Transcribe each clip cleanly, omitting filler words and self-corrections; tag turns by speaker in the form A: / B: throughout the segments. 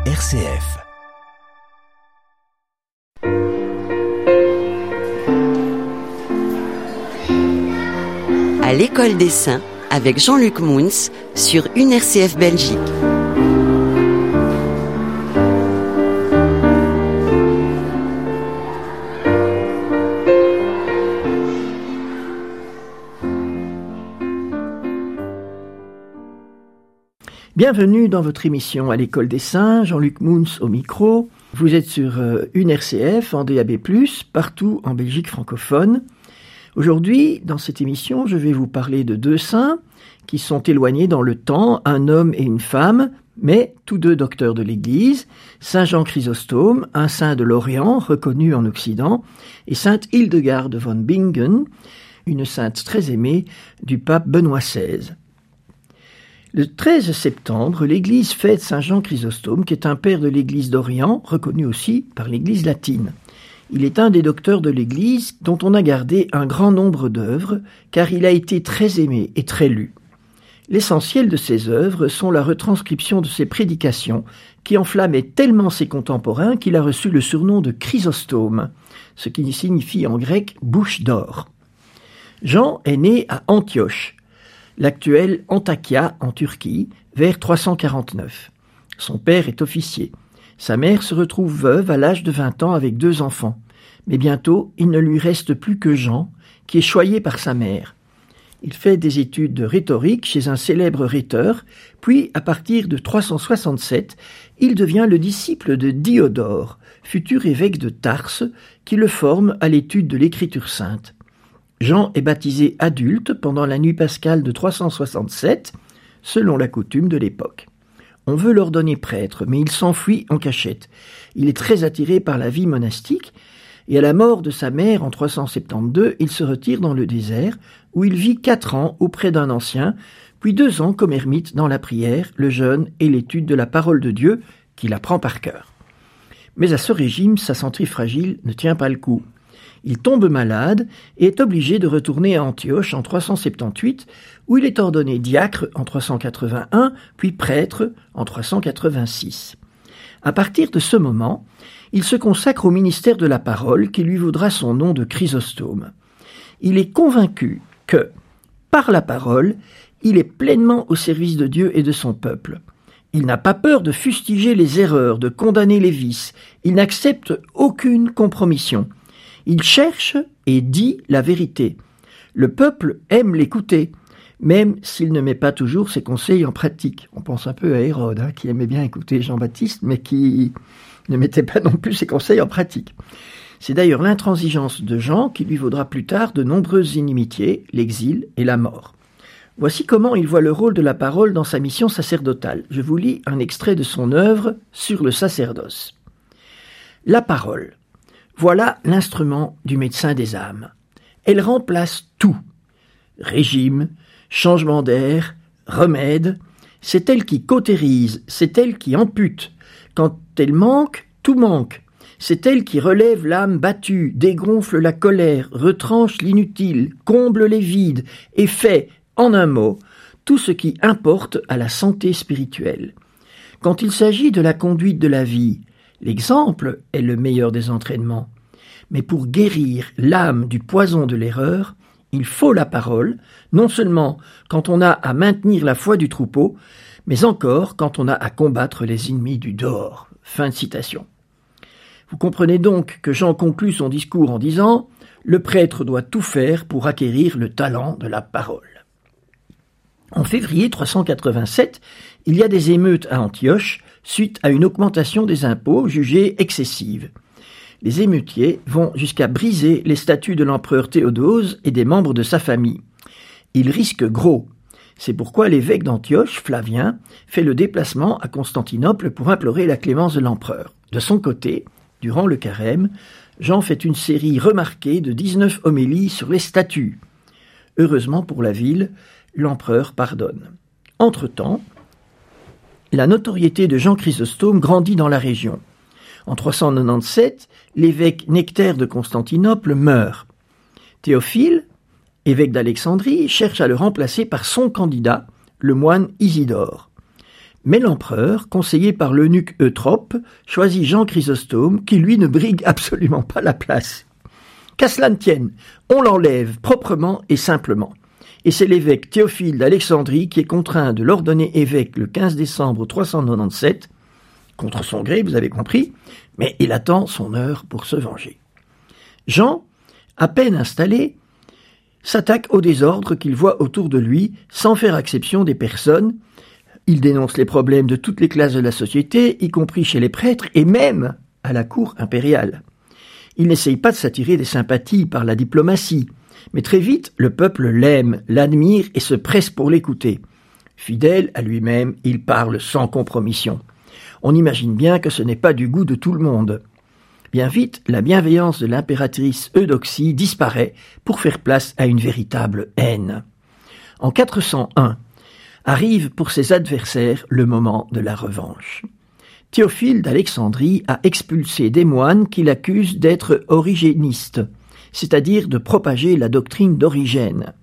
A: RCF.
B: À l'école des saints avec Jean-Luc Mouns sur une RCF Belgique.
C: Bienvenue dans votre émission à l'école des saints, Jean-Luc Mouns au micro. Vous êtes sur une RCF en DAB+, partout en Belgique francophone. Aujourd'hui, dans cette émission, je vais vous parler de deux saints qui sont éloignés dans le temps, un homme et une femme, mais tous deux docteurs de l'Église, Saint Jean Chrysostome, un saint de l'Orient reconnu en Occident, et Sainte Hildegarde von Bingen, une sainte très aimée du pape Benoît XVI. Le 13 septembre, l'Église fête Saint Jean Chrysostome, qui est un père de l'Église d'Orient, reconnu aussi par l'Église latine. Il est un des docteurs de l'Église dont on a gardé un grand nombre d'œuvres, car il a été très aimé et très lu. L'essentiel de ses œuvres sont la retranscription de ses prédications, qui enflammaient tellement ses contemporains qu'il a reçu le surnom de Chrysostome, ce qui signifie en grec « bouche d'or ». Jean est né à Antioche, l'actuelle Antakya en Turquie, vers 349. Son père est officier. Sa mère se retrouve veuve à l'âge de 20 ans avec 2 enfants. Mais bientôt, il ne lui reste plus que Jean, qui est choyé par sa mère. Il fait des études de rhétorique chez un célèbre rhéteur, puis, à partir de 367, il devient le disciple de Diodore, futur évêque de Tarse, qui le forme à l'étude de l'Écriture sainte. Jean est baptisé adulte pendant la nuit pascale de 367, selon la coutume de l'époque. On veut l'ordonner prêtre, mais il s'enfuit en cachette. Il est très attiré par la vie monastique, et à la mort de sa mère en 372, il se retire dans le désert, où il vit 4 ans auprès d'un ancien, puis 2 ans comme ermite dans la prière, le jeûne et l'étude de la parole de Dieu, qu'il apprend par cœur. Mais à ce régime, sa santé fragile ne tient pas le coup. Il tombe malade et est obligé de retourner à Antioche en 378, où il est ordonné diacre en 381, puis prêtre en 386. À partir de ce moment, il se consacre au ministère de la parole qui lui vaudra son nom de Chrysostome. Il est convaincu que, par la parole, il est pleinement au service de Dieu et de son peuple. Il n'a pas peur de fustiger les erreurs, de condamner les vices. Il n'accepte aucune compromission. Il cherche et dit la vérité. Le peuple aime l'écouter, même s'il ne met pas toujours ses conseils en pratique. On pense un peu à Hérode, qui aimait bien écouter Jean-Baptiste, mais qui ne mettait pas non plus ses conseils en pratique. C'est d'ailleurs l'intransigeance de Jean qui lui vaudra plus tard de nombreuses inimitiés, l'exil et la mort. Voici comment il voit le rôle de la parole dans sa mission sacerdotale. Je vous lis un extrait de son œuvre sur le sacerdoce. La parole. Voilà l'instrument du médecin des âmes. Elle remplace tout. Régime, changement d'air, remède. C'est elle qui cautérise, c'est elle qui ampute. Quand elle manque, tout manque. C'est elle qui relève l'âme battue, dégonfle la colère, retranche l'inutile, comble les vides et fait, en un mot, tout ce qui importe à la santé spirituelle. Quand il s'agit de la conduite de la vie, l'exemple est le meilleur des entraînements. Mais pour guérir l'âme du poison de l'erreur, il faut la parole, non seulement quand on a à maintenir la foi du troupeau, mais encore quand on a à combattre les ennemis du dehors. Fin de citation. Vous comprenez donc que Jean conclut son discours en disant « Le prêtre doit tout faire pour acquérir le talent de la parole ». En février 387, il y a des émeutes à Antioche suite à une augmentation des impôts jugée excessive. Les émeutiers vont jusqu'à briser les statues de l'empereur Théodose et des membres de sa famille. Ils risquent gros. C'est pourquoi l'évêque d'Antioche, Flavien, fait le déplacement à Constantinople pour implorer la clémence de l'empereur. De son côté, durant le carême, Jean fait une série remarquée de 19 homélies sur les statues. Heureusement pour la ville, l'empereur pardonne. Entre-temps, la notoriété de Jean Chrysostome grandit dans la région. En 397, l'évêque Nectaire de Constantinople meurt. Théophile, évêque d'Alexandrie, cherche à le remplacer par son candidat, le moine Isidore. Mais l'empereur, conseillé par l'eunuque Eutrope, choisit Jean Chrysostome, qui lui ne brigue absolument pas la place. Qu'à cela ne tienne, on l'enlève proprement et simplement. Et c'est l'évêque Théophile d'Alexandrie qui est contraint de l'ordonner évêque le 15 décembre 397, contre son gré, vous avez compris, mais il attend son heure pour se venger. Jean, à peine installé, s'attaque au désordre qu'il voit autour de lui, sans faire exception des personnes. Il dénonce les problèmes de toutes les classes de la société, y compris chez les prêtres et même à la cour impériale. Il n'essaye pas de s'attirer des sympathies par la diplomatie, mais très vite, le peuple l'aime, l'admire et se presse pour l'écouter. Fidèle à lui-même, il parle sans compromission. On imagine bien que ce n'est pas du goût de tout le monde. Bien vite, la bienveillance de l'impératrice Eudoxie disparaît pour faire place à une véritable haine. En 401, arrive pour ses adversaires le moment de la revanche. Théophile d'Alexandrie a expulsé des moines qui l'accusent d'être origénistes, c'est-à-dire de propager la doctrine d'Origène.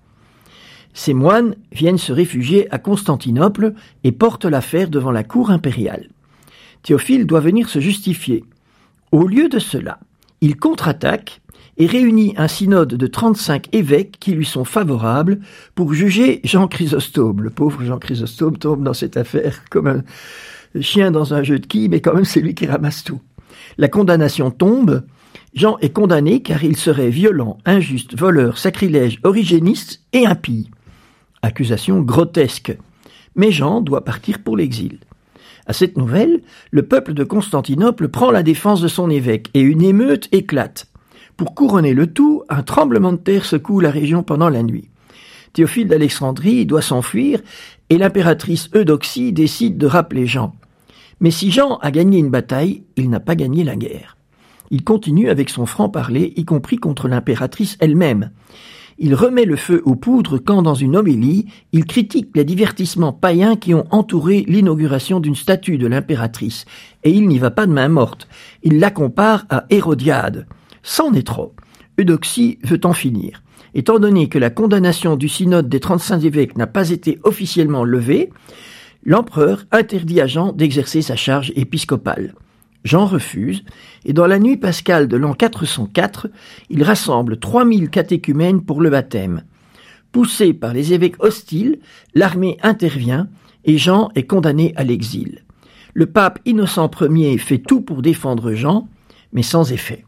C: Ces moines viennent se réfugier à Constantinople et portent l'affaire devant la cour impériale. Théophile doit venir se justifier. Au lieu de cela, il contre-attaque et réunit un synode de 35 évêques qui lui sont favorables pour juger Jean Chrysostome. Le pauvre Jean Chrysostome tombe dans cette affaire comme un chien dans un jeu de quilles, mais quand même c'est lui qui ramasse tout. La condamnation tombe. Jean est condamné car il serait violent, injuste, voleur, sacrilège, origéniste et impie. Accusation grotesque. Mais Jean doit partir pour l'exil. À cette nouvelle, le peuple de Constantinople prend la défense de son évêque et une émeute éclate. Pour couronner le tout, un tremblement de terre secoue la région pendant la nuit. Théophile d'Alexandrie doit s'enfuir et l'impératrice Eudoxie décide de rappeler Jean. Mais si Jean a gagné une bataille, il n'a pas gagné la guerre. Il continue avec son franc-parler, y compris contre l'impératrice elle-même. Il remet le feu aux poudres quand, dans une homélie, il critique les divertissements païens qui ont entouré l'inauguration d'une statue de l'impératrice. Et il n'y va pas de main morte. Il la compare à Hérodiade. C'en est trop. Eudoxie veut en finir. Étant donné que la condamnation du synode des 35 évêques n'a pas été officiellement levée, l'empereur interdit à Jean d'exercer sa charge épiscopale. Jean refuse, et dans la nuit pascale de l'an 404, il rassemble 3000 catéchumènes pour le baptême. Poussé par les évêques hostiles, l'armée intervient et Jean est condamné à l'exil. Le pape Innocent Ier fait tout pour défendre Jean, mais sans effet.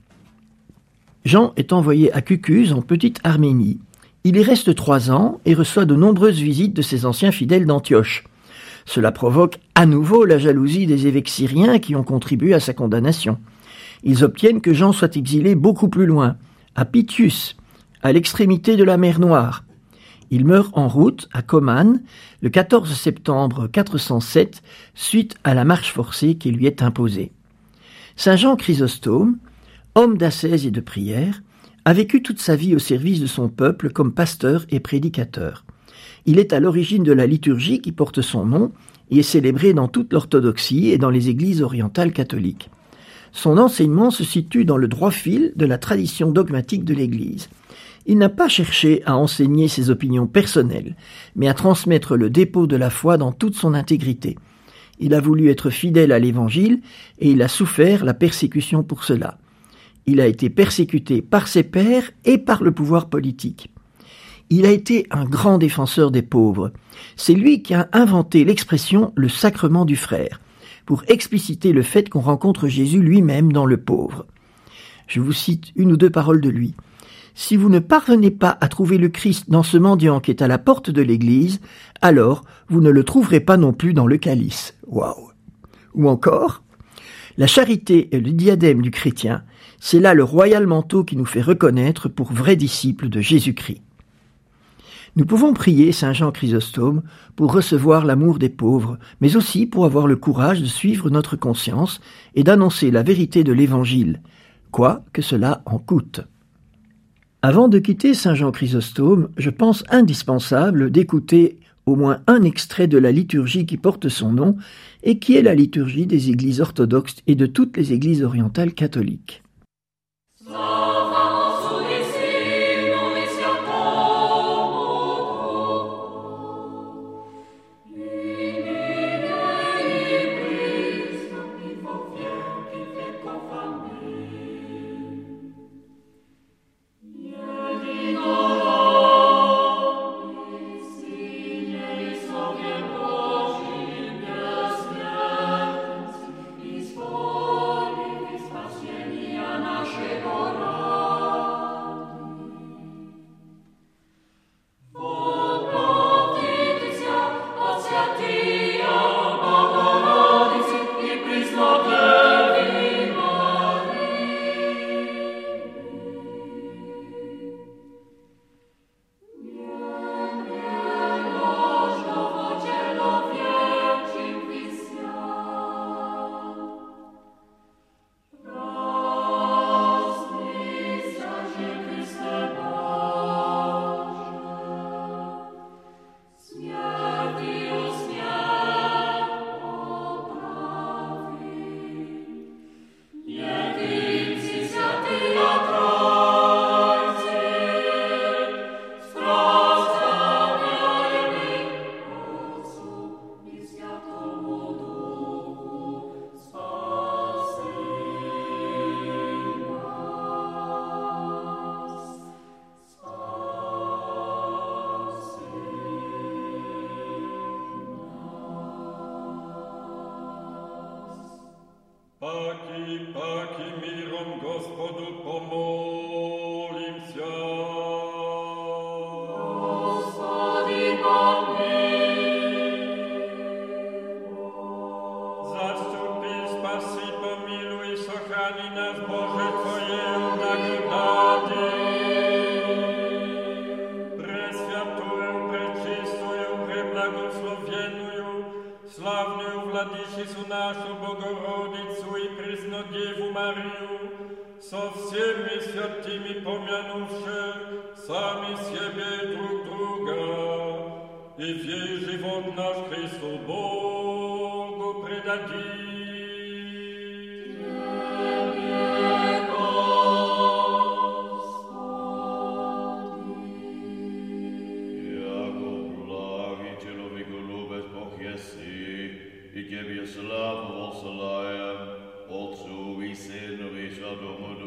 C: Jean est envoyé à Cucuse en Petite Arménie. Il y reste 3 ans et reçoit de nombreuses visites de ses anciens fidèles d'Antioche. Cela provoque à nouveau la jalousie des évêques syriens qui ont contribué à sa condamnation. Ils obtiennent que Jean soit exilé beaucoup plus loin, à Pitius, à l'extrémité de la mer Noire. Il meurt en route à Comane le 14 septembre 407 suite à la marche forcée qui lui est imposée. Saint Jean Chrysostome, homme d'ascèse et de prière, a vécu toute sa vie au service de son peuple comme pasteur et prédicateur. Il est à l'origine de la liturgie qui porte son nom et est célébrée dans toute l'orthodoxie et dans les églises orientales catholiques. Son enseignement se situe dans le droit fil de la tradition dogmatique de l'Église. Il n'a pas cherché à enseigner ses opinions personnelles, mais à transmettre le dépôt de la foi dans toute son intégrité. Il a voulu être fidèle à l'Évangile et il a souffert la persécution pour cela. Il a été persécuté par ses pairs et par le pouvoir politique. Il a été un grand défenseur des pauvres. C'est lui qui a inventé l'expression « le sacrement du frère » pour expliciter le fait qu'on rencontre Jésus lui-même dans le pauvre. Je vous cite 1 ou 2 paroles de lui. « Si vous ne parvenez pas à trouver le Christ dans ce mendiant qui est à la porte de l'Église, alors vous ne le trouverez pas non plus dans le calice. » Waouh ! Ou encore « La charité est le diadème du chrétien, c'est là le royal manteau qui nous fait reconnaître pour vrais disciples de Jésus-Christ. » Nous pouvons prier Saint Jean Chrysostome pour recevoir l'amour des pauvres, mais aussi pour avoir le courage de suivre notre conscience et d'annoncer la vérité de l'Évangile, quoi que cela en coûte. Avant de quitter Saint Jean Chrysostome, je pense indispensable d'écouter au moins un extrait de la liturgie qui porte son nom et qui est la liturgie des églises orthodoxes et de toutes les églises orientales catholiques.
A: Паки, миром Господу помолимся.
D: Господи, помилуй.
A: Заступи, спаси, помилуй, сохрани нас, Боже, Твоею благодати. Пресвятую, пречистую, преблагословенную, славную Владычицу нашу Богородицу и Преснодеву Марию, со всеми святыми помянувши сами себе друг друга, и весь живот наш Христу Богу предадим.
E: I Ciebie slawę wossalajem, Otcu i Synu i Świętemu